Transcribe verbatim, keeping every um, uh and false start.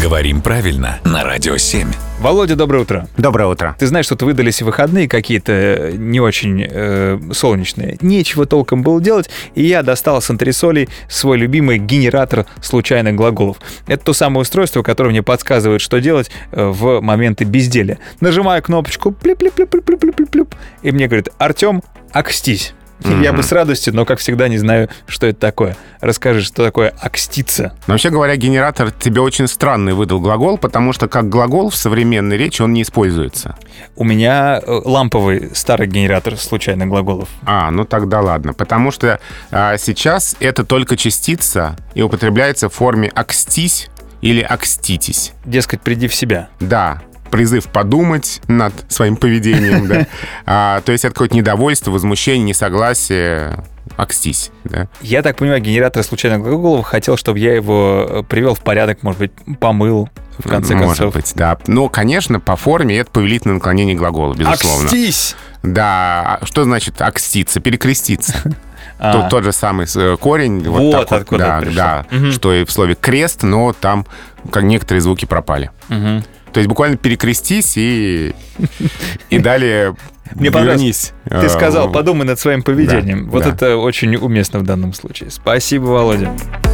Говорим правильно на Радио семь. Володя, доброе утро. Доброе утро. Ты знаешь, что тут выдались выходные какие-то не очень э, солнечные. Нечего толком было делать, и я достал с антресолей свой любимый генератор случайных глаголов. Это то самое устройство, которое мне подсказывает, что делать э, в моменты безделия. Нажимаю кнопочку плюп-плюп-плюп-плюп-плюп-плюп, и мне говорит: Артем, окстись. Mm-hmm. Я бы с радостью, но, как всегда, не знаю, что это такое. Расскажи, что такое окститься. Но вообще говоря, генератор тебе очень странный выдал глагол, потому что как глагол в современной речи он не используется. У меня ламповый старый генератор случайных глаголов. А, ну тогда ладно. Потому что а, сейчас это только частица и употребляется в форме «окстись» или «окститесь». Дескать, приди в себя. Да. Призыв подумать над своим поведением, да. А, то есть это какое-то недовольство, возмущение, несогласие, окстись, да. Я так понимаю, генератор случайных глаголов хотел, чтобы я его привел в порядок, может быть, помыл, в конце может концов. Может быть, да. Но, конечно, по форме это повелительное наклонение глагола, безусловно. Окстись! Да. Что значит окститься? Перекреститься. А. Тут тот же самый корень. Вот, вот так откуда да, пришел. Да, угу. Что и в слове «крест», но там как некоторые звуки пропали. Угу. То есть буквально перекрестись и, и далее Мне вернись. Ты сказал, подумай над своим поведением. Да, вот да. это очень уместно в данном случае. Спасибо, Володя.